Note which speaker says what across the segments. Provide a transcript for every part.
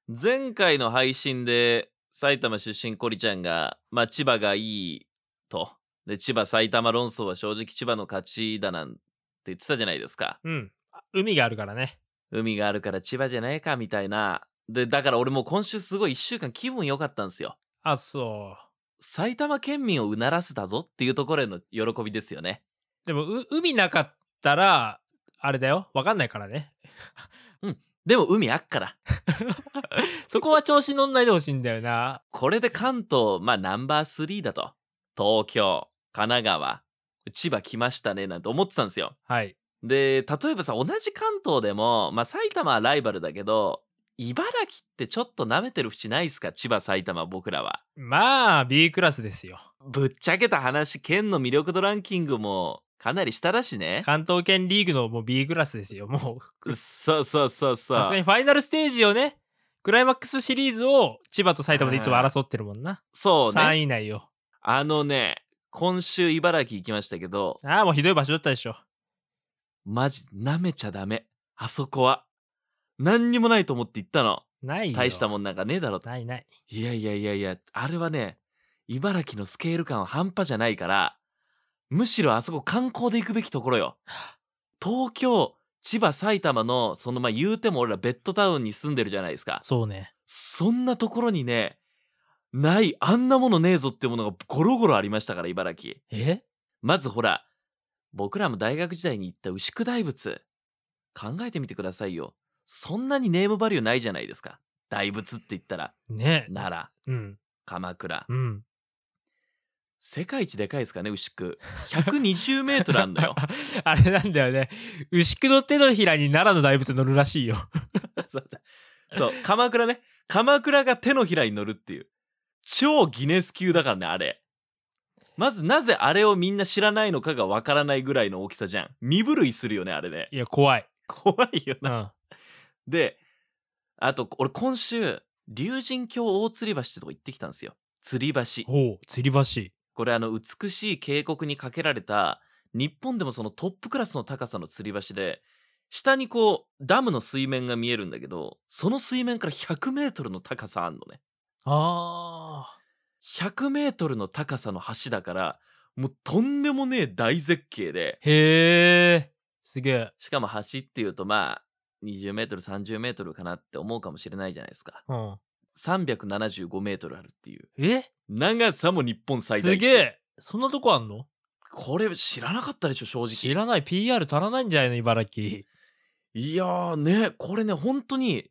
Speaker 1: 前回の配信で埼玉出身コリちゃんが、千葉がいいと。で、千葉埼玉論争は正直千葉の勝ちだなんて言ってたじゃないですか。
Speaker 2: うん。海があるからね。
Speaker 1: 海があるから千葉じゃねえかみたいな。で、だから俺もう今週すごい1週間気分良かったんですよ。
Speaker 2: あ、そう。
Speaker 1: 埼玉県民をうならせたぞっていうところへの喜びですよね。
Speaker 2: でも、海なかったら、あれだよ。わかんないからね。
Speaker 1: でも海あっから。
Speaker 2: そこは調子乗んないでほしいんだよな。
Speaker 1: これで関東、ナンバー3だと。東京、神奈川、千葉来ましたねなんて思ってたんですよ。
Speaker 2: はい。
Speaker 1: で、例えばさ、同じ関東でも、埼玉はライバルだけど、茨城ってちょっと舐めてる節ないっすか？千葉、埼玉、僕らは。
Speaker 2: まあ、B クラスですよ。
Speaker 1: ぶっちゃけた話、県の魅力度ランキングもかなり下だしね。
Speaker 2: 関東圏リーグのもう B クラスですよ。もう、
Speaker 1: そうそうそうそう。
Speaker 2: さすがにファイナルステージをね、クライマックスシリーズを千葉と埼玉でいつも争ってるもんな。
Speaker 1: そうね。
Speaker 2: 3位以内よ。
Speaker 1: 今週茨城行きましたけど、
Speaker 2: ああ、もうひどい場所だったでしょ。
Speaker 1: マジ舐めちゃダメ。あそこは。何にもないと思って行ったの。
Speaker 2: ないよ。
Speaker 1: 大したもんなんかねえだろと。
Speaker 2: ないない。
Speaker 1: いやいやいやいや、あれはね、茨城のスケール感は半端じゃないから、むしろあそこ観光で行くべきところよ。東京、千葉、埼玉の、言うても俺らベッドタウンに住んでるじゃないですか。
Speaker 2: そうね。
Speaker 1: そんなところにね、あんなものねえぞってものがゴロゴロありましたから、茨城。まずほら、僕らも大学時代に行った牛久大仏。考えてみてくださいよ。そんなにネームバリューないじゃないですか。大仏って言ったら。
Speaker 2: ね。
Speaker 1: 奈
Speaker 2: 良。うん。
Speaker 1: 鎌倉。
Speaker 2: うん。
Speaker 1: 世界一でかいですかね、牛久。120メートルあんのよ。
Speaker 2: あれなんだよね。牛久の手のひらに奈良の大仏乗るらしいよ。
Speaker 1: そう、鎌倉ね。鎌倉が手のひらに乗るっていう。超ギネス級だからね、あれ。まずなぜあれをみんな知らないのかがわからないぐらいの大きさじゃん。身震いするよね、あれね。
Speaker 2: いや、怖い。
Speaker 1: 怖いよな。
Speaker 2: うん。
Speaker 1: で、あと、俺今週、竜神峡大吊り橋ってとこ行ってきたんですよ。吊り橋。
Speaker 2: ほう、吊り橋。
Speaker 1: これ美しい渓谷に架けられた、日本でもそのトップクラスの高さの吊り橋で、下にダムの水面が見えるんだけど、その水面から100メートルの高さあんのね。
Speaker 2: ああ。
Speaker 1: 100メートルの高さの橋だから、もうとんでもねえ大絶景で、
Speaker 2: へえ。すげえ。
Speaker 1: しかも橋っていうと20メートル、30メートルかなって思うかもしれないじゃないですか。
Speaker 2: うん。
Speaker 1: 375メートルあるっていう。
Speaker 2: え
Speaker 1: 長さも日本最大級。
Speaker 2: すげえ。そんなとこあんの？
Speaker 1: これ知らなかったでしょ、正直。
Speaker 2: 知らない。PR 足らないんじゃないの、茨城。
Speaker 1: いやーね、これね、本当に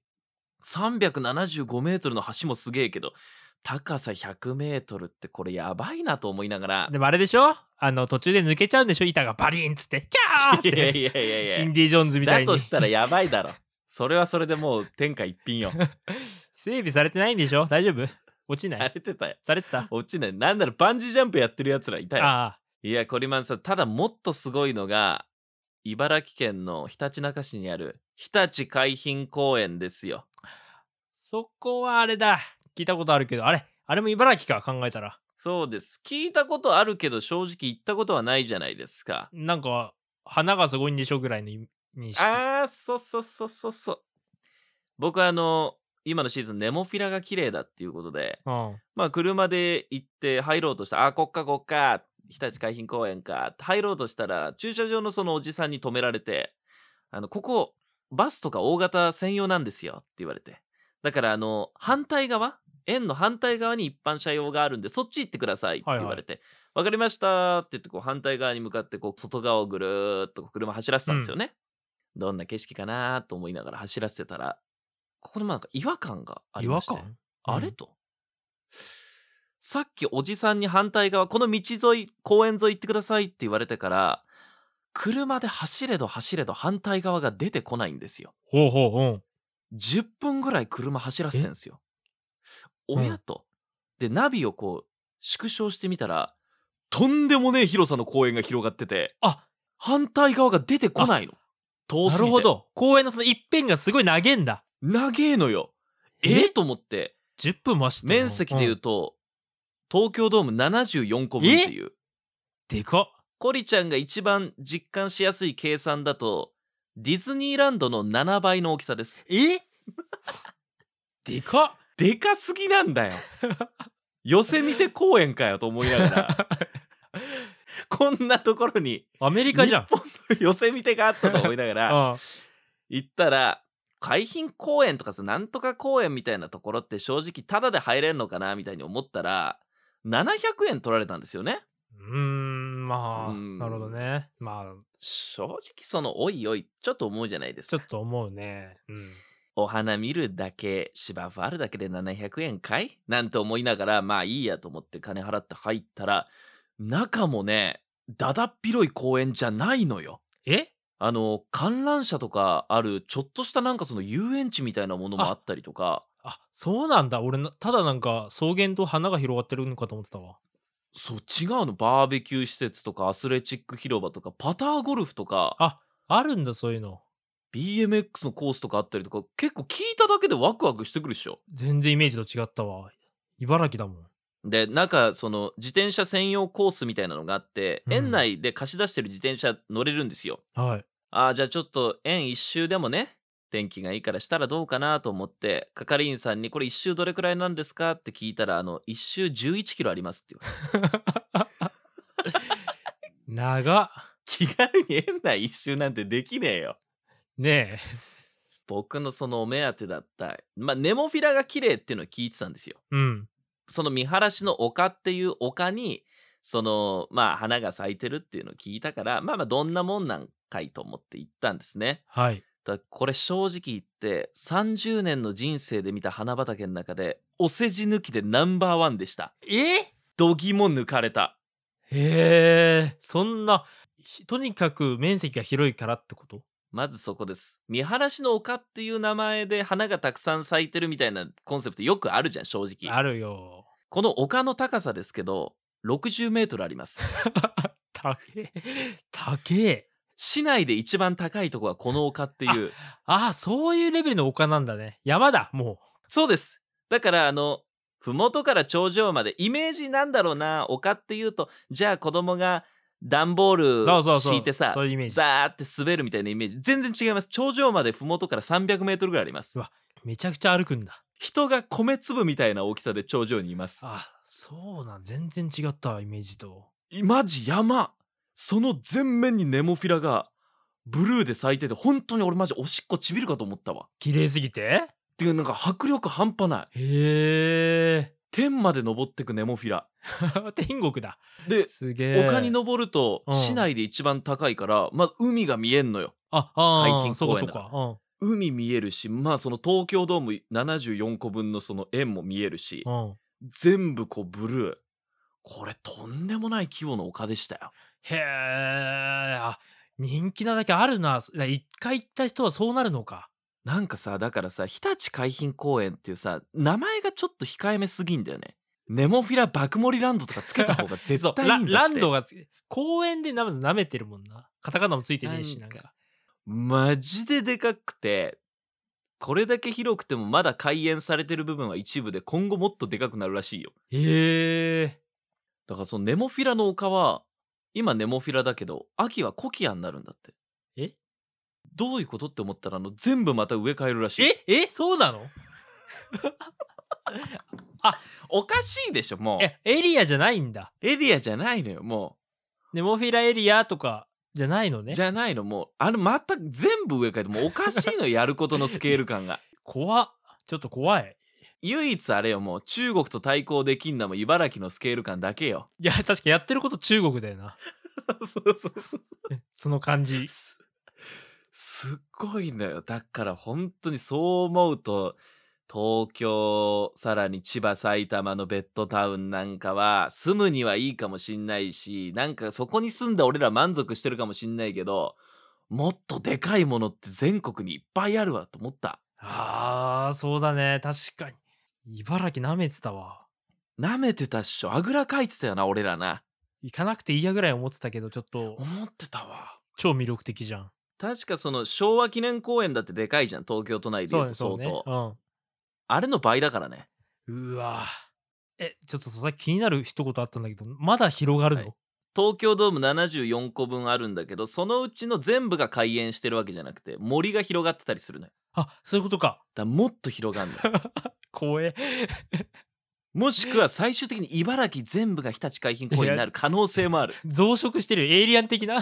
Speaker 1: 375メートルの橋もすげえけど、高さ100メートルってこれやばいなと思いながら。
Speaker 2: でもあれでしょ、途中で抜けちゃうんでしょ、板がバリーンっつって。キャーって。
Speaker 1: いやいやいやいや。
Speaker 2: インディ・ジョーンズみたいに。
Speaker 1: だとしたらやばいだろ。それはそれでもう天下一品よ。
Speaker 2: 整備されてないんでしょ、大丈夫？落ちない？
Speaker 1: されてたよ。
Speaker 2: されてた？
Speaker 1: 落ちない。なんならバンジージャンプやってるやつらいたよ。
Speaker 2: ああ。
Speaker 1: いや、コリマンさん、ただもっとすごいのが、茨城県のひたちなか市にあるひたち海浜公園ですよ。
Speaker 2: そこはあれだ。聞いたことあるけど、あれも茨城か、考えたら。
Speaker 1: そうです。聞いたことあるけど正直行ったことはないじゃないですか。
Speaker 2: なんか、花がすごいんでしょぐらいの認識。
Speaker 1: そうそうそうそうそう。僕今のシーズンネモフィラが綺麗だっていうことで、
Speaker 2: うん。
Speaker 1: 車で行って入ろうとした。こっか。日立海浜公園か。って入ろうとしたら、駐車場のそのおじさんに止められて、ここ、バスとか大型専用なんですよって言われて。だから反対側、園の反対側に一般車用があるんで、そっち行ってくださいって言われて、わかりましたって言って反対側に向かって外側をぐるーっと車走らせたんですよね。どんな景色かなと思いながら走らせてたら、ここでなんか違和感がありまして。
Speaker 2: 違和感？
Speaker 1: あれと。さっきおじさんに反対側、この道沿い、公園沿い行ってくださいって言われてから、車で走れど反対側が出てこないんですよ。
Speaker 2: ほうほう、うん。
Speaker 1: 10分ぐらい車走らせてんすよ。
Speaker 2: うん
Speaker 1: 親と。で、ナビを縮小してみたら、とんでもねえ広さの公園が広がってて、反対側が出てこないの。遠すぎて。
Speaker 2: なるほど。公園のその一辺がすごい長えんだ。
Speaker 1: 長えのよ。と思って。
Speaker 2: 10分も走ってんの？
Speaker 1: 面積で言うと、東京ドーム74個分っていう。
Speaker 2: でかっ。
Speaker 1: コリちゃんが一番実感しやすい計算だと、ディズニーランドの7倍の大きさです。
Speaker 2: でかっ。
Speaker 1: でかすぎなんだよ。寄せ見て公園かよと思いながらこんなところに
Speaker 2: アメリカじゃん。
Speaker 1: 日本の寄せ見てがあったと思いながら
Speaker 2: あ
Speaker 1: 行ったら、海浜公園とかさ、なんとか公園みたいなところって正直タダで入れるのかなみたいに思ったら700円取られたんですよね。
Speaker 2: まあ、なるほどね。まあ、
Speaker 1: 正直そのおいおいちょっと思うじゃないですか。
Speaker 2: ちょっと思うね。
Speaker 1: お花見るだけ、芝生あるだけで700円かいなんて思いながら、まあいいやと思って金払って入ったら、中もね、だだっ広い公園じゃないのよ。
Speaker 2: え
Speaker 1: 観覧車とかあるちょっとしたなんかその遊園地みたいなものもあったりとか、
Speaker 2: そうなんだ。俺ただなんか草原と花が広がってるのかと思ってたわ。
Speaker 1: そう違うの、バーベキュー施設とかアスレチック広場とかパターゴルフとか
Speaker 2: あるんだ、そういうの。
Speaker 1: BMX のコースとかあったりとか、結構聞いただけでワクワクしてくるっしょ。
Speaker 2: 全然イメージと違ったわ。茨城だもん。
Speaker 1: で、中その自転車専用コースみたいなのがあって、
Speaker 2: うん
Speaker 1: 園内で貸し出してる自転車乗れるんですよ。
Speaker 2: はい。
Speaker 1: じゃあちょっと園一周でもね、天気がいいからしたらどうかなと思って、係員さんにこれ一周どれくらいなんですかって聞いたら、一周11キロありますって言われて。
Speaker 2: 長っ。
Speaker 1: 気軽に園内一周なんてできねえよ。
Speaker 2: ね
Speaker 1: 僕のそのお目当てだった、ネモフィラが綺麗っていうのを聞いてたんですよ。
Speaker 2: え。
Speaker 1: その見晴らしの丘っていう丘に、花が咲いてるっていうのを聞いたから、どんなもんなんかいと思って行ったんですね。
Speaker 2: はい。
Speaker 1: これ正直言って30年の人生で見た花畑の中でお世辞抜きでナンバーワンでした。度肝抜かれた。
Speaker 2: へえ、そんな、とにかく面積が広いからってこと？
Speaker 1: まずそこです。見晴らしの丘っていう名前で花がたくさん咲いてるみたいなコンセプトよくあるじゃん、正直。
Speaker 2: あるよ。
Speaker 1: この丘の高さですけど60メートルあります。
Speaker 2: 高え。高え。
Speaker 1: 市内で一番高いとこはこの丘っていう。
Speaker 2: そういうレベルの丘なんだね。山だ、もう。
Speaker 1: そうです。だから麓から頂上までイメージなんだろうな、丘っていうと、じゃあ子供が段ボール敷いてさ、
Speaker 2: そういうイメージ。
Speaker 1: ザーって滑るみたいなイメージ。全然違います。頂上まで麓から300メートルぐらいあります。
Speaker 2: うわ、めちゃくちゃ歩くんだ。
Speaker 1: 人が米粒みたいな大きさで頂上にいます。
Speaker 2: そうなん、全然違ったわ、イメージと。
Speaker 1: マジ山。その全面にネモフィラがブルーで咲いてて、本当に俺マジおしっこちびるかと思ったわ。
Speaker 2: 綺麗すぎて？
Speaker 1: っていう、なんか迫力半端ない。
Speaker 2: へえ。
Speaker 1: 天まで登ってくネモフィラ
Speaker 2: 天国だ。
Speaker 1: で、
Speaker 2: すげえ。
Speaker 1: 丘に登ると市内で一番高いから、海が見えんのよ。海浜公園だから。海見えるし、その東京ドーム74個分のその円も見えるし、全部こうブルー。これとんでもない規模の丘でしたよ。
Speaker 2: へえ。人気なだけあるな。一回行った人はそうなるのか。
Speaker 1: なんかさ、だからさ、日立海浜公園っていうさ、名前がちょっと控えめすぎんだよね。ネモフィラ爆盛りランドとかつけた方が絶対いいんだって。
Speaker 2: ランドが公園でまず舐めてるもんな。カタカナもついてねえし、なんか。
Speaker 1: マジででかくて、これだけ広くてもまだ開園されてる部分は一部で、今後もっとでかくなるらしいよ。
Speaker 2: へえ。
Speaker 1: だからそのネモフィラの丘は、今ネモフィラだけど秋はコキアになるんだって。どういうことって思ったら全部また植え替えるらしい。
Speaker 2: そうなの？
Speaker 1: おかしいでしょ、もう。
Speaker 2: エリアじゃないんだ。
Speaker 1: エリアじゃないのよ、も
Speaker 2: う。ネモフィラエリアとかじゃないのね。
Speaker 1: じゃないの、もうまた全部植え替えて、もうおかしいのやることのスケール感が。
Speaker 2: 怖っ。ちょっと怖い。
Speaker 1: 唯一あれよ、もう中国と対抗できんのも茨城のスケール感だけよ。
Speaker 2: いや、確かやってること中国だよな。
Speaker 1: そう
Speaker 2: その感じ。
Speaker 1: すっごいのよ。だから本当にそう思うと、東京、さらに千葉、埼玉のベッドタウンなんかは住むにはいいかもしんないし、なんかそこに住んだ俺ら満足してるかもしんないけど、もっとでかいものって全国にいっぱいあるわと思った。
Speaker 2: そうだね。確かに。茨城舐めてたわ。
Speaker 1: 舐めてたっしょ。あぐらかいてたよな、俺らな。
Speaker 2: 行かなくていいやぐらい思ってたけど、ちょっと。
Speaker 1: 思ってたわ。
Speaker 2: 超魅力的じゃん。
Speaker 1: 確かその昭和記念公園だってでかいじゃん、東京都内でいうと相当。あれの倍だからね。
Speaker 2: うわ。ちょっとさっき気になる一言あったんだけど、まだ広がるの？
Speaker 1: 東京ドーム74個分あるんだけど、そのうちの全部が開園してるわけじゃなくて、森が広がってたりするのよ。
Speaker 2: そういうことか。
Speaker 1: もっと広がんのよ。
Speaker 2: 怖え。
Speaker 1: もしくは最終的に茨城全部が日立海浜公園になる可能性もある。
Speaker 2: 増殖してるエイリアン的な。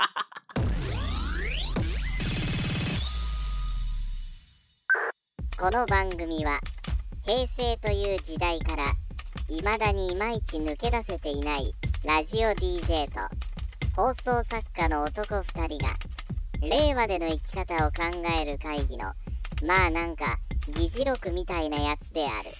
Speaker 3: この番組は平成という時代から未だにいまいち抜け出せていないラジオ DJ と放送作家の男2人が令和での生き方を考える会議のまあなんか議事録みたいなやつである。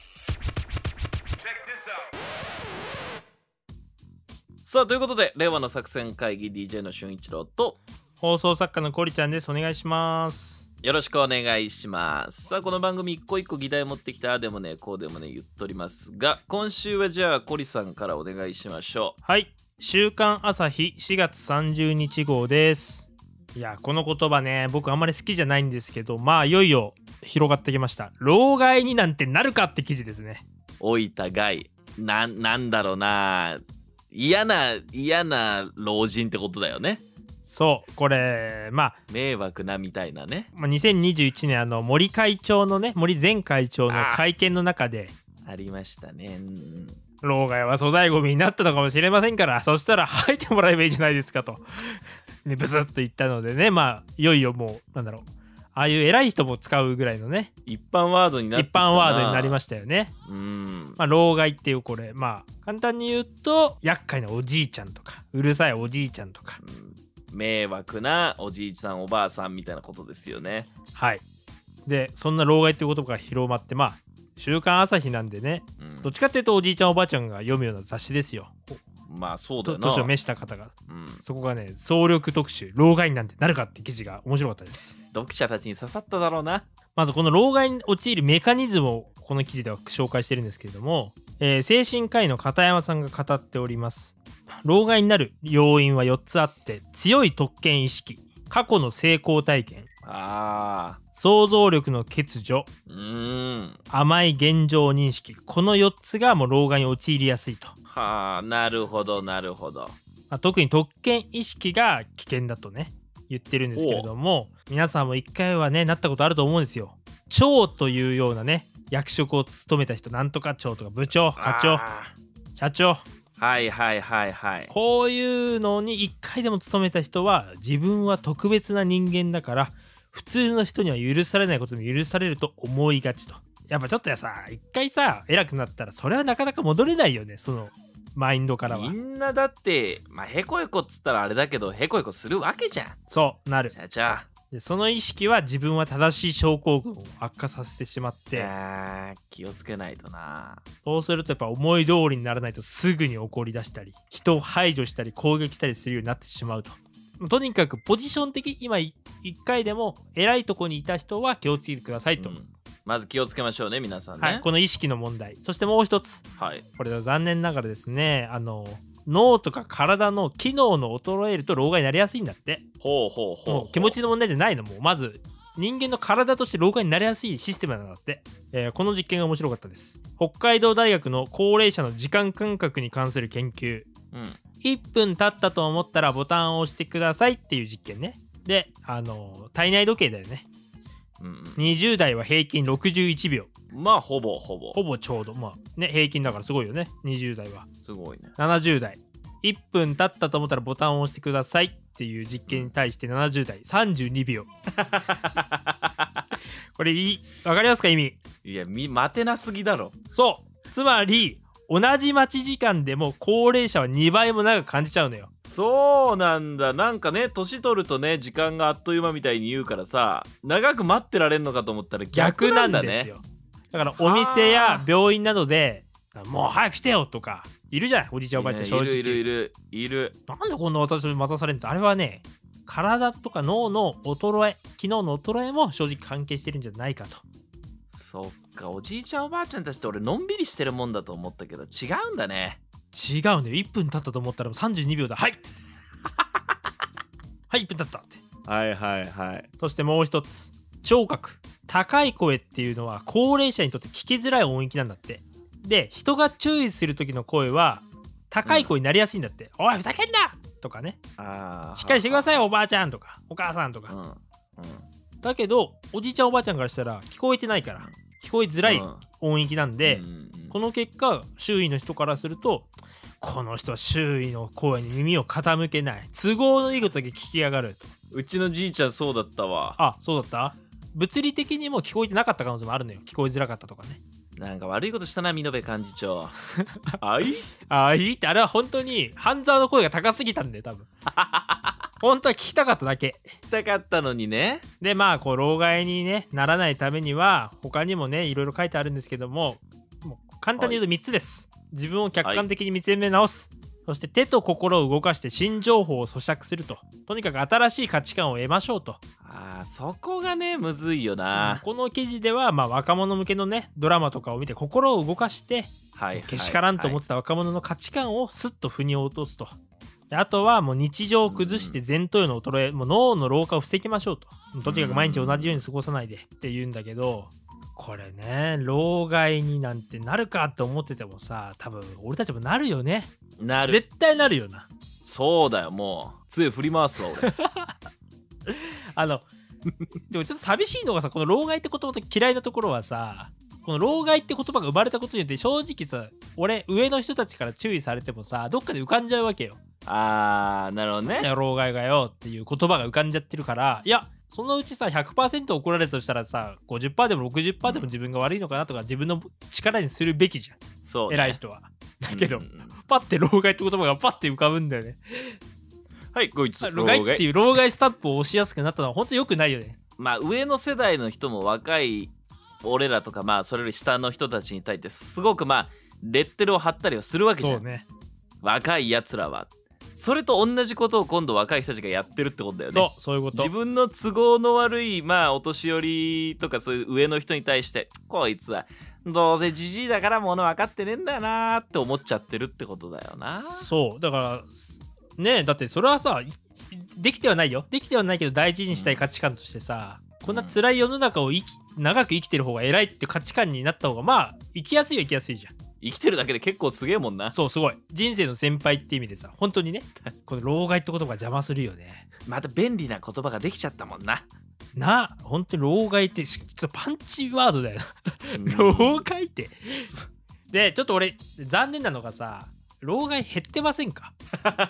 Speaker 1: さあということで令和の作戦会議 DJ の俊一郎と
Speaker 2: 放送作家のコリちゃんです。お願いします。
Speaker 1: よろしくお願いします。さあこの番組一個一個議題持ってきてああでもねこうでもね言っておりますが、今週はじゃあコリさんからお願いしましょう。
Speaker 2: はい、週刊朝日4月30日号です。いやこの言葉ね僕あんまり好きじゃないんですけど、まあいよいよ広がってきました。老害になんてなるかって記事ですね。
Speaker 1: 老いた害なんだろうな、嫌な老人ってことだよね。
Speaker 2: そうこれ
Speaker 1: 迷惑なみたいなね。
Speaker 2: 2021年森会長のね、森前会長の会見の中で
Speaker 1: ありましたね。
Speaker 2: 老害は粗大ゴミになったのかもしれませんから、そしたら吐いてもらえばいいじゃないですかとね、ブスッと言ったのでね、いよいよもうああいう偉い人も使うぐらいのね
Speaker 1: 一般ワードになってきたな。
Speaker 2: 一般ワードになりましたよね。老害っていうこれ簡単に言うと厄介なおじいちゃんとかうるさいおじいちゃんとか、
Speaker 1: 迷惑なおじいちゃんおばあさんみたいなことですよね。
Speaker 2: はい。でそんな老害っていう言葉が広まって週刊朝日なんでね、どっちかっていうとおじいちゃんおばあちゃんが読むような雑誌ですよ。
Speaker 1: そうだよな。
Speaker 2: 年を召した方が、そこがね総力特集老害になんてなるかって記事が面白かったです。
Speaker 1: 読者たちに刺さっただろうな。
Speaker 2: まずこの老害に陥るメカニズムをこの記事では紹介してるんですけれども、精神科医の片山さんが語っております。老害になる要因は4つあって、強い特権意識、過去の成功体験、想像力の欠如、甘い現状認識、この4つがもう老害に陥りやすいと。
Speaker 1: なるほどなるほど。
Speaker 2: 特に特権意識が危険だとね言ってるんですけれども、皆さんも一回はねなったことあると思うんですよ。長というようなね役職を務めた人、なんとか長とか部長、課長、社長、こういうのに一回でも勤めた人は自分は特別な人間だから普通の人には許されないことも許されると思いがちと。やっぱちょっと一回偉くなったらそれはなかなか戻れないよね、そのマインドからは。
Speaker 1: みんなだってへこへこっつったらあれだけどへこへこするわけじゃん。
Speaker 2: そうなる。
Speaker 1: じゃあ
Speaker 2: でその意識は自分は正しい症候群を悪化させてしまって、
Speaker 1: 気をつけないとな。
Speaker 2: そうするとやっぱ思い通りにならないとすぐに怒り出したり人を排除したり攻撃したりするようになってしまうと。とにかくポジション的、今一回でも偉いとこにいた人は気をつけてくださいと、
Speaker 1: まず気をつけましょうね皆さんね、
Speaker 2: この意識の問題。そしてもう一つ、これは残念ながらですね、脳とか体の機能の衰えると老害になりやすいんだって。気持ちの問題じゃないの。もうまず人間の体として老害になりやすいシステムなんだって。この実験が面白かったです。北海道大学の高齢者の時間感覚に関する研究、1分経ったと思ったらボタンを押してくださいっていう実験ね。で体内時計だよね。20代は平均61秒。
Speaker 1: ほぼ
Speaker 2: ちょうど平均だからすごいよね。20代は
Speaker 1: すごいね。
Speaker 2: 70代1分経ったと思ったらボタンを押してくださいっていう実験に対して70代32秒これわかりますか意味。
Speaker 1: いや待てなすぎだろ。
Speaker 2: そうつまり同じ待ち時間でも高齢者は2倍も長く感じちゃうのよ。
Speaker 1: そうなんだ。なんかね年取るとね時間があっという間みたいに言うからさ、長く待ってられんのかと思ったら逆なんだね。
Speaker 2: ですよ。だからお店や病院などでもう早くしてよとかいるじゃない、おじいちゃんおばあちゃん。正直
Speaker 1: いる。
Speaker 2: なんでこんな私待たされるんだ。あれはね体とか脳の衰え、機能の衰えも正直関係してるんじゃないかと。
Speaker 1: そっか、おじいちゃんおばあちゃんたちって俺のんびりしてるもんだと思ったけど違うんだね。
Speaker 2: 違うんだよ。1分経ったと思ったら32秒だ。はいっつってはい1分経ったって。そしてもう一つ、聴覚。高い声っていうのは高齢者にとって聞きづらい音域なんだって。で人が注意する時の声は高い声になりやすいんだって。おいふざけんなとかね、しっかりしてくださいおばあちゃんとかお母さんとか、だけどおじいちゃんおばあちゃんからしたら聞こえてないから、聞こえづらい音域なんで、この結果周囲の人からするとこの人は周囲の声に耳を傾けない、都合のいいことだけ聞きやがると。
Speaker 1: うちのじいちゃんそうだったわ。
Speaker 2: あ、そうだった。物理的にも聞こえてなかった可能性もあるのよ。聞こえづらかったとかね。
Speaker 1: なんか悪いことしたな、美濃部幹事長。あい
Speaker 2: ってあれは本当に半沢の声が高すぎたんだよ多分。本当は聞きたかっただけ。
Speaker 1: 聞きたかったのにね。
Speaker 2: でまあこう老害に、ね、ならないためには他にもねいろいろ書いてあるんですけども、もう簡単に言うと3つです。自分を客観的に見つめ直す、そして手と心を動かして新情報を咀嚼すると。とにかく新しい価値観を得ましょうと。
Speaker 1: そこがねむずいよな。
Speaker 2: この記事では、まあ、若者向けのねドラマとかを見て心を動かして、けしからんと思ってた若者の価値観をスッと腑に落とすと。であとはもう日常を崩して前頭葉の衰え、もう脳の老化を防ぎましょうと。とにかく毎日同じように過ごさないでって言うんだけど、これね老害になんてなるかって思っててもさ、多分俺たちもなるよね。
Speaker 1: なる、
Speaker 2: 絶対なるよな。
Speaker 1: そうだよ、もう杖振り回すわ俺。
Speaker 2: でもちょっと寂しいのがさ、この老害って言葉と嫌いなところはさ、この老害って言葉が生まれたことによって正直さ、俺上の人たちから注意されてもさ、どっかで浮かんじゃうわけよ。
Speaker 1: なるほどね。
Speaker 2: 老害がよっていう言葉が浮かんじゃってるから、いやそのうちさ 100% 怒られたとしたらさ 50% でも 60% でも自分が悪いのかなとか自分の力にするべきじゃん。そう、ね、偉い人は。だけど、パッて老害って言葉がパッて浮かぶんだよね。
Speaker 1: はい、こいつ
Speaker 2: 老害っていう老害スタンプを押しやすくなったのは本当に良くないよね。
Speaker 1: まあ上の世代の人も若い俺らとかまあそれより下の人たちに対してすごくまあレッテルを貼ったりはするわけじゃん。そうね。若いやつらはそれと同じことを今度若い人たちがやってるってことだよね。
Speaker 2: そういうこと。
Speaker 1: 自分の都合の悪いまあお年寄りとかそういう上の人に対してこいつはどうせジジイだから物分かってねえんだよなって思っちゃってるってことだよな。
Speaker 2: そうだからね、だってそれはさできてはないよ。できてはないけど大事にしたい価値観としてさ、こんな辛い世の中を長く生きてる方が偉いって価値観になった方がまあ生きやすいは生きやすいじゃん。
Speaker 1: 生きてるだけで結構すげえもんな。
Speaker 2: そう、すごい人生の先輩って意味でさ、本当にねこの老害って言葉が邪魔するよね。
Speaker 1: また便利な言葉ができちゃったもんな。
Speaker 2: 本当に老害ってちょっとパンチワードだよな老害ってでちょっと俺残念なのがさ、老害減ってませんか？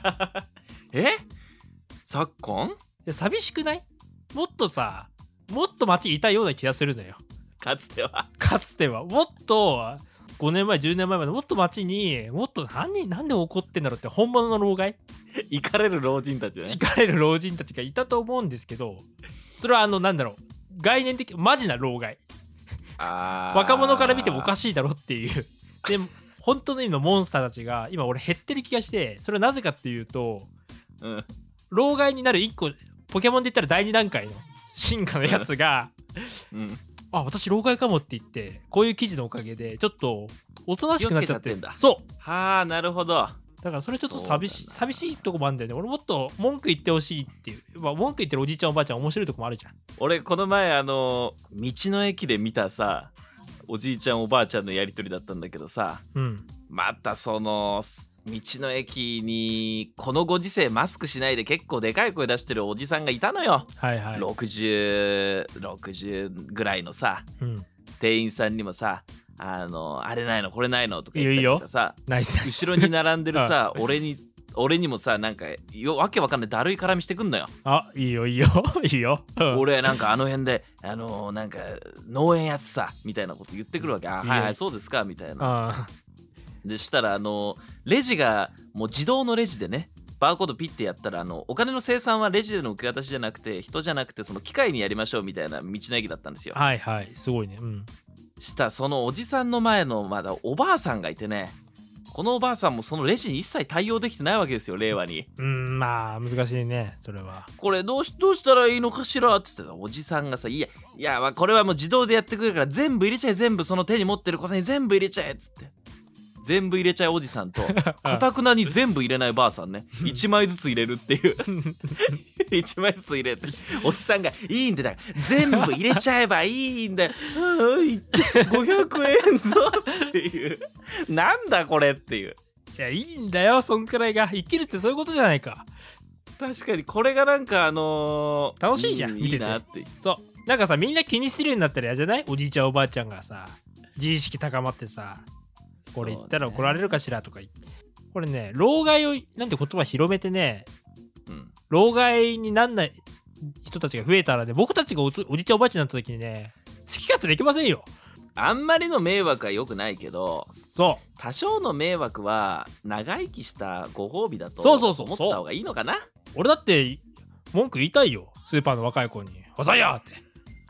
Speaker 1: 昨今？
Speaker 2: 寂しくない？もっと街にいたような気がするのよ。
Speaker 1: かつては
Speaker 2: もっと5年前10年前までもっと街にもっとなんで怒ってんだろうって本物の老害
Speaker 1: イカれる老人たちね。
Speaker 2: イカれる老人たちがいたと思うんですけど、それはなんだろう、概念的マジな老害若者から見てもおかしいだろっていうで本当の意味のモンスターたちが今俺減ってる気がして、それはなぜかっていうと、老害になる1個ポケモンで言ったら第2段階の進化のやつが私老害かもって言って、こういう記事のおかげでちょっとおとなしくなっちゃってんだ。そう
Speaker 1: なるほど。
Speaker 2: だからそれちょっと寂しいとこもあるんだよね。俺もっと文句言ってほしいっていう、文句言ってるおじいちゃんおばあちゃん面白いとこもあるじゃん。
Speaker 1: 俺この前道の駅で見たさおじいちゃんおばあちゃんのやり取りだったんだけどさ、またその道の駅にこのご時世マスクしないで結構でかい声出してるおじさんがいたのよ。60ぐらいのさ、店員さんにもさあれないのこれないのとか言ったりとかさ、後ろに並んでるさ俺にもさなんかわけわかんないだるい絡みしてくんのよ。
Speaker 2: いいよ
Speaker 1: 俺なんか辺でなんか農園やってさみたいなこと言ってくるわけ。はいそうですかみたいな。でしたらレジがもう自動のレジでね、バーコードピッてやったらお金の精算はレジでの受け渡しじゃなくて人じゃなくてその機械にやりましょうみたいな道の駅だったんですよ。
Speaker 2: すごいね。
Speaker 1: したそのおじさんの前のまだおばあさんがいてね、このおばあさんもそのレジに一切対応できてないわけですよ令和に。
Speaker 2: まあ難しいねそれは。これ
Speaker 1: どうしたらいいのかしらって言ってたおじさんがさ、いやこれはもう自動でやってくれるから全部入れちゃえ、全部その手に持ってる小銭に全部入れちゃえっつって、全部入れちゃえおじさんとかたくなに全部入れないばあさんね1枚ずつ入れるっていう1枚ずつ入れておじさんがいいんだから全部入れちゃえばいいんだよ500円ぞっていうなんだこれっていう。
Speaker 2: いやいいんだよそんくらいが生きるってそういうことじゃないか。
Speaker 1: 確かにこれがなんか
Speaker 2: 楽しいじゃん、見てて。
Speaker 1: いいなって。
Speaker 2: そうなんかさ、みんな気にするようになったら嫌じゃない？おじいちゃんおばあちゃんがさ、自意識高まってさ、これ言ったら怒られるかしらとか言って、これね、老害をなんて言葉広めてね、老害になんない人たちが増えたらね、僕たちがおじいちゃんおばあちゃんになった時にね、好き勝手できませんよ。
Speaker 1: あんまりの迷惑は良くないけど、
Speaker 2: そう、
Speaker 1: 多少の迷惑は長生きしたご褒美だと
Speaker 2: そう
Speaker 1: 思った方がいいのかな。
Speaker 2: 俺だって文句言いたいよ、スーパーの若い子に「遅いよ!」って。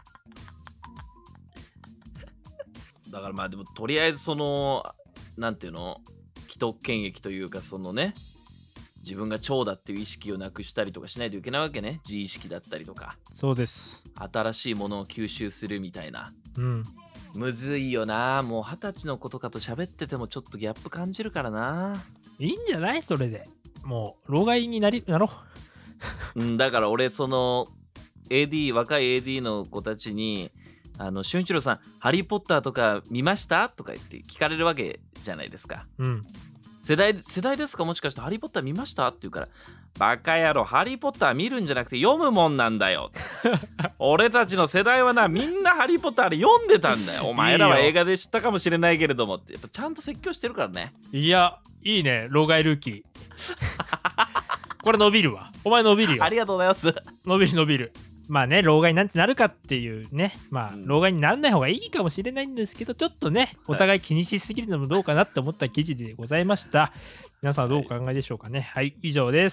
Speaker 1: だからまあでもとりあえずそのなんていうの、既得権益というか、そのね、自分が長だっていう意識をなくしたりとかしないといけないわけね。自意識だったりとか。
Speaker 2: そうです。
Speaker 1: 新しいものを吸収するみたいな。
Speaker 2: うん。
Speaker 1: むずいよな。もう20歳の子とかと喋っててもちょっとギャップ感じるからな。
Speaker 2: いいんじゃない？それでもう老害になろ
Speaker 1: う。だから俺その AD 若い AD の子たちに俊一郎さんハリーポッターとか見ましたとか言って聞かれるわけじゃないですか。
Speaker 2: うん。
Speaker 1: 世代ですか、もしかしてハリーポッター見ましたって言うから、バカ野郎、ハリーポッター見るんじゃなくて読むもんなんだよ。俺たちの世代はな、みんなハリーポッターあれ読んでたんだよ。お前らは映画で知ったかもしれないけれどもって、やっぱちゃんと説教してるからね。
Speaker 2: いや、いいね、老害ルーキー。これ伸びるわ。お前伸びるよ。
Speaker 1: ありがとうございます。
Speaker 2: 伸びる。まあね、老害なんてなるかっていうね、まあ、老害にならない方がいいかもしれないんですけど、ちょっとね、お互い気にしすぎるのもどうかなって思った記事でございました。皆さんはどうお考えでしょうかね。はい、以上です。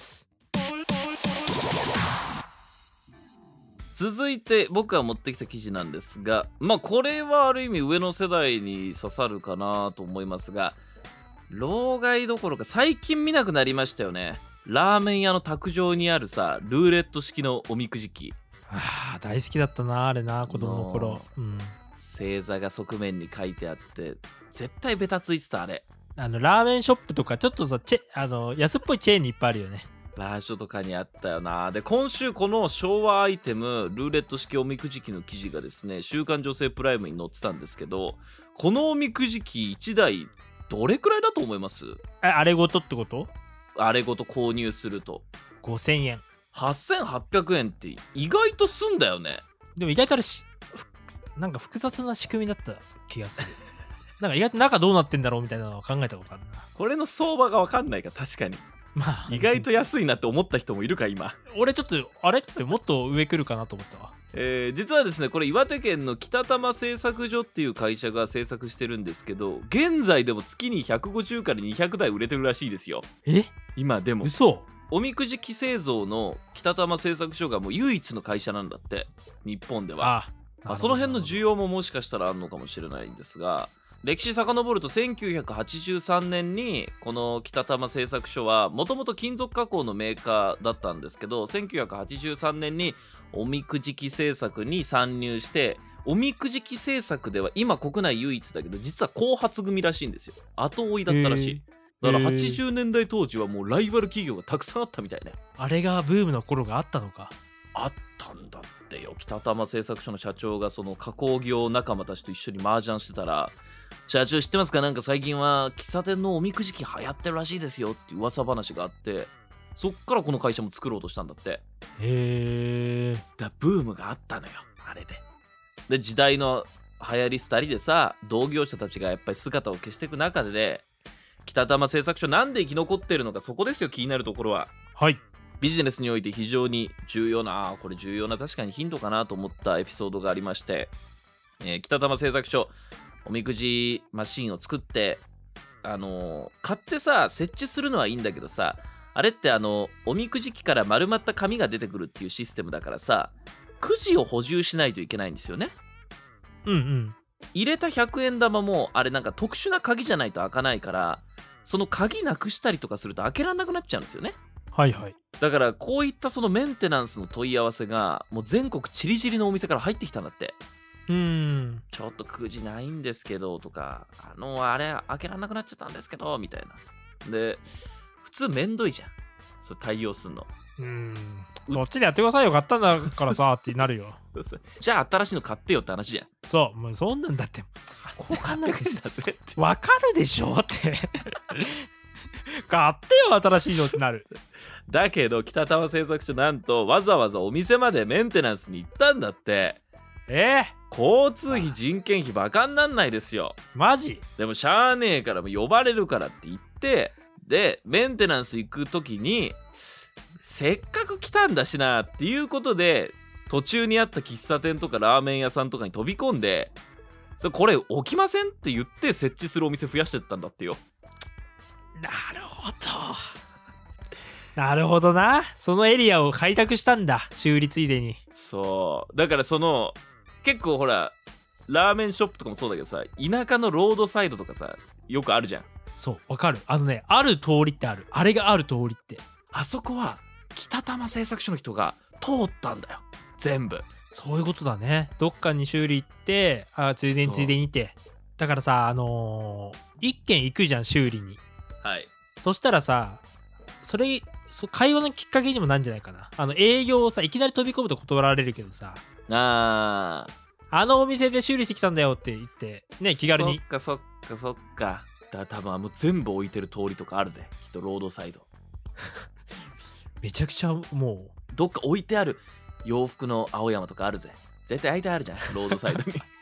Speaker 1: 続いて僕が持ってきた記事なんですが、まあこれはある意味上の世代に刺さるかなと思いますが、老害どころか最近見なくなりましたよね。ラーメン屋の卓上にあるさ、ルーレット式のおみくじ機。
Speaker 2: 大好きだったなあれな、子供の頃。
Speaker 1: 星座が側面に書いてあって絶対ベタついてた。あれ
Speaker 2: ラーメンショップとかちょっとさ安っぽいチェーンにいっぱいあるよね。
Speaker 1: ラーショとかにあったよな。で今週この昭和アイテムルーレット式おみくじ機の記事がですね、週刊女性プライムに載ってたんですけど、このおみくじ機1台どれくらいだと思います？
Speaker 2: あれごとってこと？
Speaker 1: あれごと購入すると
Speaker 2: 5000円。
Speaker 1: 8800円って意外とすんだよね。
Speaker 2: でも意外とあれなんか複雑な仕組みだった気がする。なんか意外と中どうなってんだろうみたいなのを考えたことあるな。
Speaker 1: これの相場が分かんないか。確かにまあ意外と安いなって思った人もいるか今。
Speaker 2: 俺ちょっとあれってもっと上来るかなと思ったわ。
Speaker 1: 実はですね、これ岩手県の北玉製作所っていう会社が製作してるんですけど、現在でも月に150から200台売れてるらしいですよ。今でも。
Speaker 2: 嘘。
Speaker 1: おみくじ機製造の北玉製作所がもう唯一の会社なんだって、日本では。その辺の需要ももしかしたらあるのかもしれないんですが、歴史遡ると1983年にこの北玉製作所はもともと金属加工のメーカーだったんですけど、1983年におみくじ機製作に参入して、おみくじ機製作では今国内唯一だけど実は後発組らしいんですよ。後追いだったらしい。だから80年代当時はもうライバル企業がたくさんあったみたいね。
Speaker 2: あれがブームの頃があったのか。
Speaker 1: あったんだってよ。北玉製作所の社長がその加工業仲間たちと一緒に麻雀してたら、社長知ってますか、なんか最近は喫茶店のおみくじ機流行ってるらしいですよっていう噂話があって、そっからこの会社も作ろうとしたんだって。だブームがあったのよ、あれで。で時代の流行り廃りでさ、同業者たちがやっぱり姿を消していく中で、北玉製作所なんで生き残ってるのか、そこですよ、気になるところは。
Speaker 2: はい。
Speaker 1: ビジネスにおいて非常に重要な、これ重要な確かにヒントかなと思ったエピソードがありまして、北玉製作所おみくじマシンを作って、買ってさ設置するのはいいんだけどさ、あれっておみくじ機から丸まった紙が出てくるっていうシステムだからさ、くじを補充しないといけないんですよね。入れた100円玉もあれなんか特殊な鍵じゃないと開かないから、その鍵なくしたりとかすると開けられなくなっちゃうんですよね。だからこういったそのメンテナンスの問い合わせがもう全国チリチリのお店から入ってきたんだって。ちょっとくじないんですけどとか、あれ開けられなくなっちゃったんですけどみたいな。で普通めんどいじゃん、それ対応すんの。
Speaker 2: そっちでやってくださいよ、買ったんだからさってなるよ。
Speaker 1: じゃあ新しいの買ってよって話じゃん。
Speaker 2: そう、もうそんなんだって
Speaker 1: 交換なんてだぜって
Speaker 2: わかるでしょって買ってよ新しいのってなる。
Speaker 1: だけど北玉製作所なんとわざわざお店までメンテナンスに行ったんだって。 交通費人件費バカになんないですよ。
Speaker 2: マジ？
Speaker 1: でもしゃあねえから呼ばれるからって言って、でメンテナンス行く時にせっかく来たんだしなっていうことで、途中にあった喫茶店とかラーメン屋さんとかに飛び込んで、これ起きませんって言って設置するお店増やしてったんだってよ。
Speaker 2: なるほどなるほどな。そのエリアを開拓したんだ、修理ついでに。
Speaker 1: そうだから結構ほらラーメンショップとかもそうだけどさ、田舎のロードサイドとかさよくあるじゃん。
Speaker 2: そう、わかる。ある通りってある。あれがある通りって、
Speaker 1: あそこは北多摩製作所の人が通ったんだよ、全部。
Speaker 2: そういうことだね。どっかに修理行って、ついでにってだからさ、一軒行くじゃん、修理に。
Speaker 1: はい。
Speaker 2: そしたらさ、会話のきっかけにもなんじゃないかな。営業をさ、いきなり飛び込むと断られるけどさ、あのお店で修理してきたんだよって言ってね、気軽に。
Speaker 1: そっか。だから多分もう全部置いてる通りとかあるぜ、きっとロードサイド
Speaker 2: めちゃくちゃもう
Speaker 1: どっか置いてある洋服の青山とかあるぜ、絶対空いてあるじゃん、ロードサイド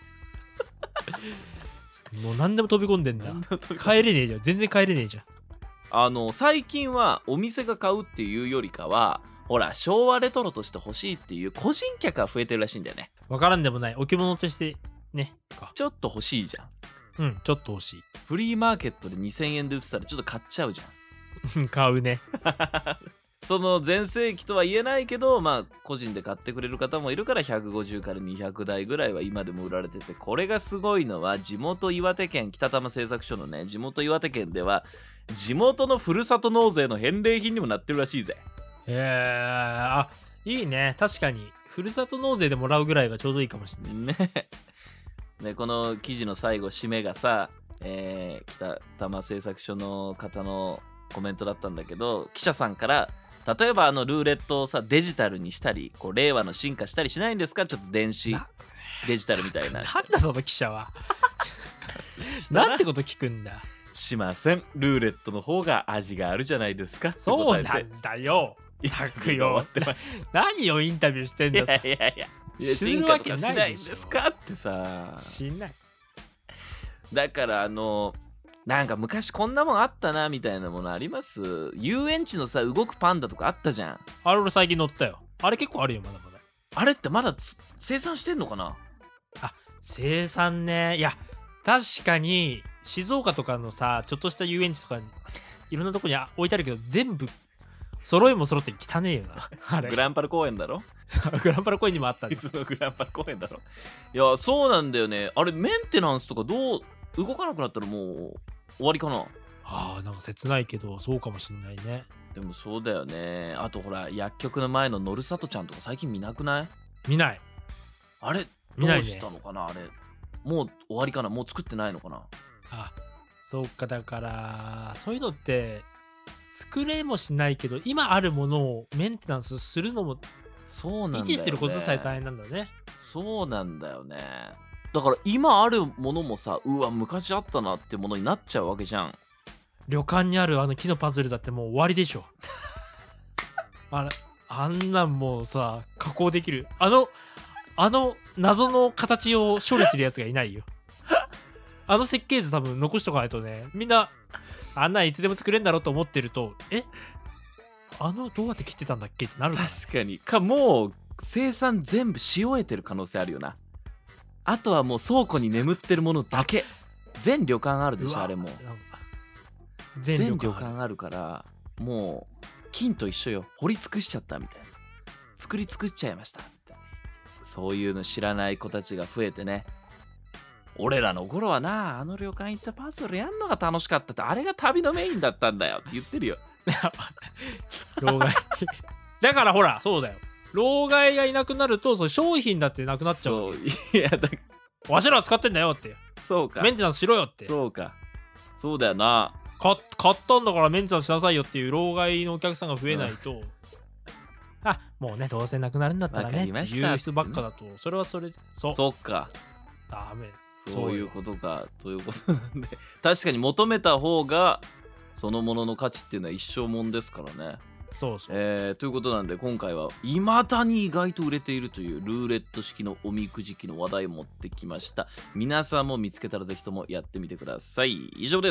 Speaker 2: にもう何でも飛び込んでんだ。帰れねえじゃん、全然帰れねえじゃん。
Speaker 1: 最近はお店が買うっていうよりかは、ほら昭和レトロとして欲しいっていう個人客が増えてるらしいんだよね。
Speaker 2: わからんでもない。置物としてね
Speaker 1: ちょっと欲しいじゃん。
Speaker 2: うん、ちょっと欲しい。
Speaker 1: フリーマーケットで2000円で売ってたらちょっと買っちゃうじ
Speaker 2: ゃん買うね
Speaker 1: その全盛期とは言えないけど、個人で買ってくれる方もいるから150から200台ぐらいは今でも売られてて、これがすごいのは地元岩手県北多摩製作所のね、地元岩手県では地元のふるさと納税の返礼品にもなってるらしいぜ。
Speaker 2: いいね。確かにふるさと納税でもらうぐらいがちょうどいいかもしれない
Speaker 1: ね。この記事の最後締めがさ、北多摩製作所の方のコメントだったんだけど、記者さんから例えばルーレットをさデジタルにしたり、令和の進化したりしないんですか、ちょっと電子デジタルみたいな。
Speaker 2: なんだその記者はなんてこと聞くんだ。
Speaker 1: しません、ルーレットの方が味があるじゃないですか。
Speaker 2: そうなんだよ。何をインタビューしてんだ。
Speaker 1: いや進化とかしないんですかってさ。
Speaker 2: しない。
Speaker 1: だからなんか昔こんなもんあったなみたいなものあります？遊園地のさ動くパンダとかあったじゃん。
Speaker 2: あれ俺最近乗ったよ。あれ結構あるよ、まだまだ。
Speaker 1: あれってまだ生産してんのかな？
Speaker 2: 生産ね。いや確かに静岡とかのさ、ちょっとした遊園地とかにいろんなとこに置いてあるけど、全部揃いも揃って汚ねえよなあれ。
Speaker 1: グランパル公園だろ
Speaker 2: グランパル公園にもあったんだ。
Speaker 1: いつのグランパル公園だろ。いやそうなんだよね。あれメンテナンスとか動かなくなったらもう終わりかな。
Speaker 2: なんか切ないけどそうかもしんないね。
Speaker 1: でもそうだよね。あとほら薬局の前ののるさとちゃんとか最近見なくない？
Speaker 2: 見ない。
Speaker 1: あれどうしたのかな、あれもう終わりかな、もう作ってないのかな。
Speaker 2: そうか。だからそういうのって作れもしないけど、今あるものをメンテナンスするのも
Speaker 1: そうなんだよね。
Speaker 2: 維持することさえ大変なんだね。
Speaker 1: そうなんだよね。だから今あるものもさ、昔あったなってものになっちゃうわけじゃん。
Speaker 2: 旅館にある木のパズルだってもう終わりでしょあんなんもうさ加工できる謎の形を処理するやつがいないよ設計図多分残しとかないとね、みんなあんなんいつでも作れんだろうと思ってると、どうやって切ってたんだっけってなるから。
Speaker 1: 確かに。もう生産全部し終えてる可能性あるよな。あとはもう倉庫に眠ってるものだけ。全旅館あるでしょ、あれも。全旅館あるから、もう金と一緒よ。掘り尽くしちゃったみたいな。作り尽くしちゃいましたみたいな。そういうの知らない子たちが増えてね。俺らの頃はな、旅館行ったパズルやんのが楽しかったって、あれが旅のメインだったんだよって言ってるよ
Speaker 2: 老害だからほら、そうだよ、老害がいなくなるとそう商品だってなくなっちゃうわけ。いやわしらは使ってんだよって。
Speaker 1: そうか、
Speaker 2: メンテナンスしろよって。
Speaker 1: そうか、そうだよな。
Speaker 2: 買ったんだからメンテナンスしなさいよっていう老害のお客さんが増えないと、もうね、どうせなくなるんだったらねっていう人ばっかだと、それはそれで
Speaker 1: そうか、
Speaker 2: ダメ。
Speaker 1: そういうことか。ということなんで、確かに求めた方がそのものの価値っていうのは一生もんですからね。
Speaker 2: そうそう。
Speaker 1: ということなんで今回はいまだに意外と売れているというルーレット式のおみくじ機の話題を持ってきました。皆さんも見つけたらぜひともやってみてください。以上です。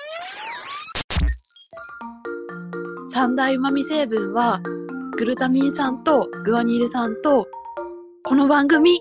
Speaker 4: 三大うまみ成分はグルタミン酸とグアニル酸とこの番組。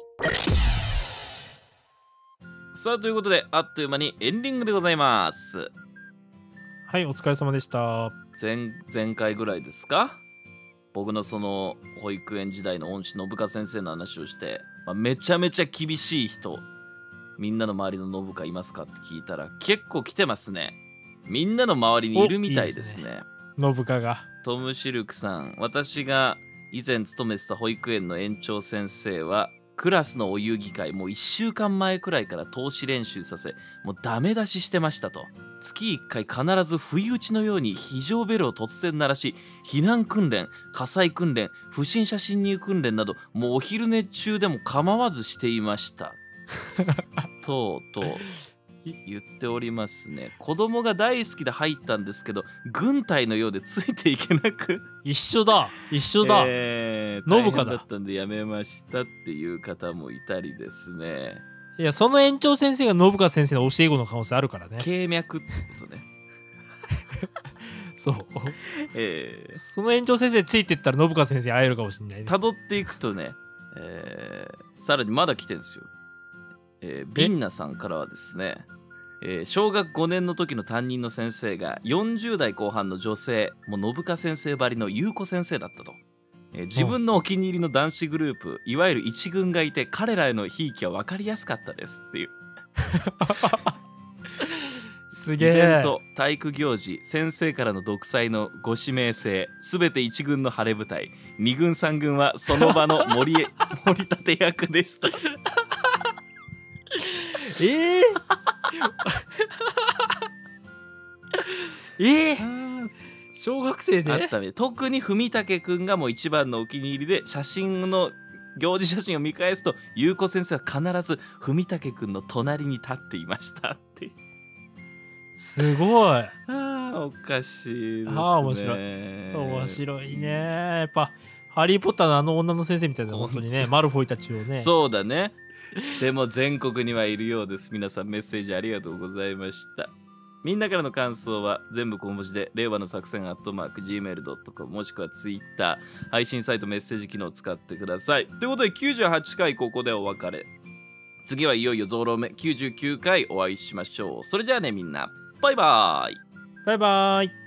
Speaker 1: さあということであっという間にエンディングでございます。
Speaker 2: はい、お疲れ様でした。
Speaker 1: 前回ぐらいですか、僕のその保育園時代の恩師信香先生の話をして、めちゃめちゃ厳しい人、みんなの周りの信香いますかって聞いたら結構来てますね。みんなの周りにいるみたいですね。
Speaker 2: 信香が
Speaker 1: トムシルクさん、私が以前勤めてた保育園の園長先生はクラスのお遊戯会もう1週間前くらいから通し練習させ、もうダメ出ししてましたと。月1回必ず不意打ちのように非常ベルを突然鳴らし、避難訓練、火災訓練、不審者侵入訓練などもうお昼寝中でも構わずしていましたと言っておりますね。子供が大好きで入ったんですけど軍隊のようでついていけなく
Speaker 2: 一緒だ信香
Speaker 1: だったんでやめましたっていう方もいたりですね。
Speaker 2: いや、その園長先生が信香先生の教え子の可能性あるからね。
Speaker 1: 経脈ってことね
Speaker 2: そう、その園長先生ついてったら信香先生会えるかもしれないね。
Speaker 1: 辿っていくとね、さらにまだ来てんですよ。ビンナさんからはですね、小学5年の時の担任の先生が40代後半の女性、もう信香先生ばりの優子先生だったと。自分のお気に入りの男子グループ、いわゆる一軍がいて彼らへのひいきは分かりやすかったですっていう
Speaker 2: すげえ。
Speaker 1: イベント、体育行事、先生からの独裁のご指名制、すべて一軍の晴れ舞台、二軍三軍はその場の盛り立て役でした
Speaker 2: 小学生で
Speaker 1: あったみたい。特に文武くんがもう一番のお気に入りで、写真の行事写真を見返すと優子先生は必ず文武くんの隣に立っていましたって
Speaker 2: すごい。
Speaker 1: おかしいですね。
Speaker 2: 面白いね。やっぱハリーポッターのあの女の先生みたいな、本当にねマルフォイたちをね。
Speaker 1: そうだね。でも全国にはいるようです。皆さんメッセージありがとうございました。みんなからの感想は全部小文字で令和の作戦@gmail.com もしくは Twitter 配信サイトメッセージ機能を使ってください。ということで98回ここでお別れ。次はいよいよゾロ目99回お会いしましょう。それじゃあねみんな、バイバーイ。
Speaker 2: バイバーイ。